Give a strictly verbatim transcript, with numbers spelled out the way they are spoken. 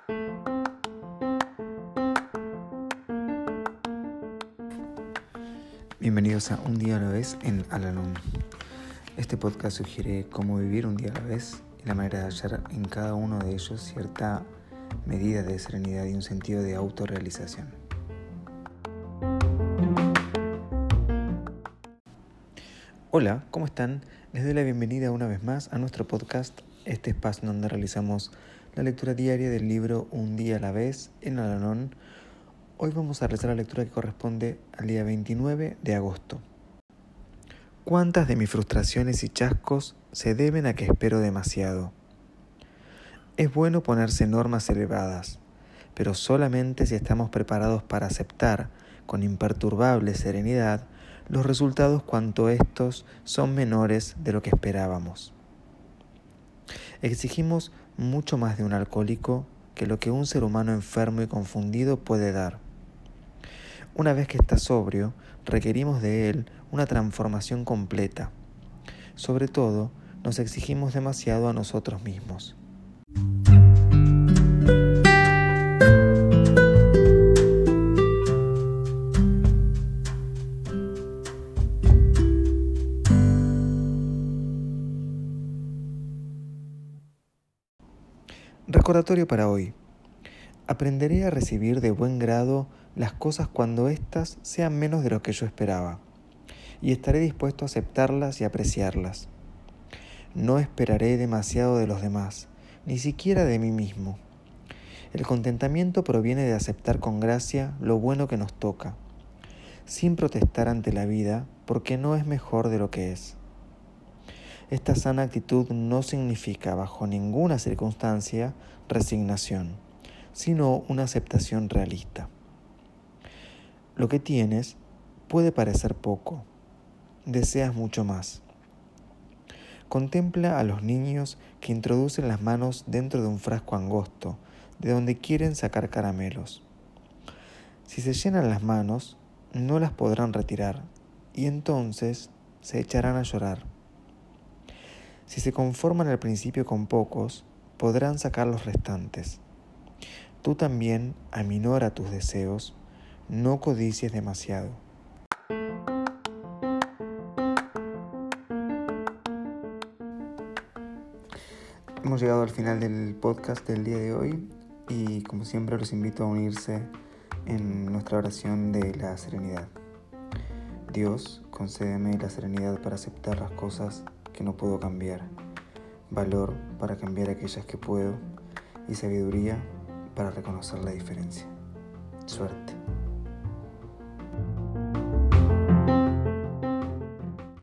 Bienvenidos a Un Día a la Vez en Al-Anon. Este podcast sugiere cómo vivir un día a la vez y la manera de hallar en cada uno de ellos cierta medida de serenidad y un sentido de autorrealización. Hola, ¿cómo están? Les doy la bienvenida una vez más a nuestro podcast, este espacio donde realizamos la lectura diaria del libro Un Día a la Vez en Al-Anon. Hoy vamos a realizar la lectura que corresponde al día veintinueve de agosto. ¿Cuántas de mis frustraciones y chascos se deben a que espero demasiado? Es bueno ponerse normas elevadas, pero solamente si estamos preparados para aceptar con imperturbable serenidad los resultados cuanto estos son menores de lo que esperábamos. Exigimos mucho más de un alcohólico que lo que un ser humano enfermo y confundido puede dar. Una vez que está sobrio, requerimos de él una transformación completa. Sobre todo, nos exigimos demasiado a nosotros mismos. Recordatorio para hoy. Aprenderé a recibir de buen grado las cosas cuando éstas sean menos de lo que yo esperaba, y estaré dispuesto a aceptarlas y apreciarlas. No esperaré demasiado de los demás, ni siquiera de mí mismo. El contentamiento proviene de aceptar con gracia lo bueno que nos toca, sin protestar ante la vida porque no es mejor de lo que es. Esta sana actitud no significa, bajo ninguna circunstancia, resignación, sino una aceptación realista. Lo que tienes puede parecer poco, deseas mucho más. Contempla a los niños que introducen las manos dentro de un frasco angosto, de donde quieren sacar caramelos. Si se llenan las manos, no las podrán retirar, y entonces se echarán a llorar. Si se conforman al principio con pocos, podrán sacar los restantes. Tú también aminora tus deseos, no codicies demasiado. Hemos llegado al final del podcast del día de hoy y como siempre los invito a unirse en nuestra oración de la serenidad. Dios, concédeme la serenidad para aceptar las cosas que no puedo cambiar, valor para cambiar aquellas que puedo y sabiduría para reconocer la diferencia. Suerte.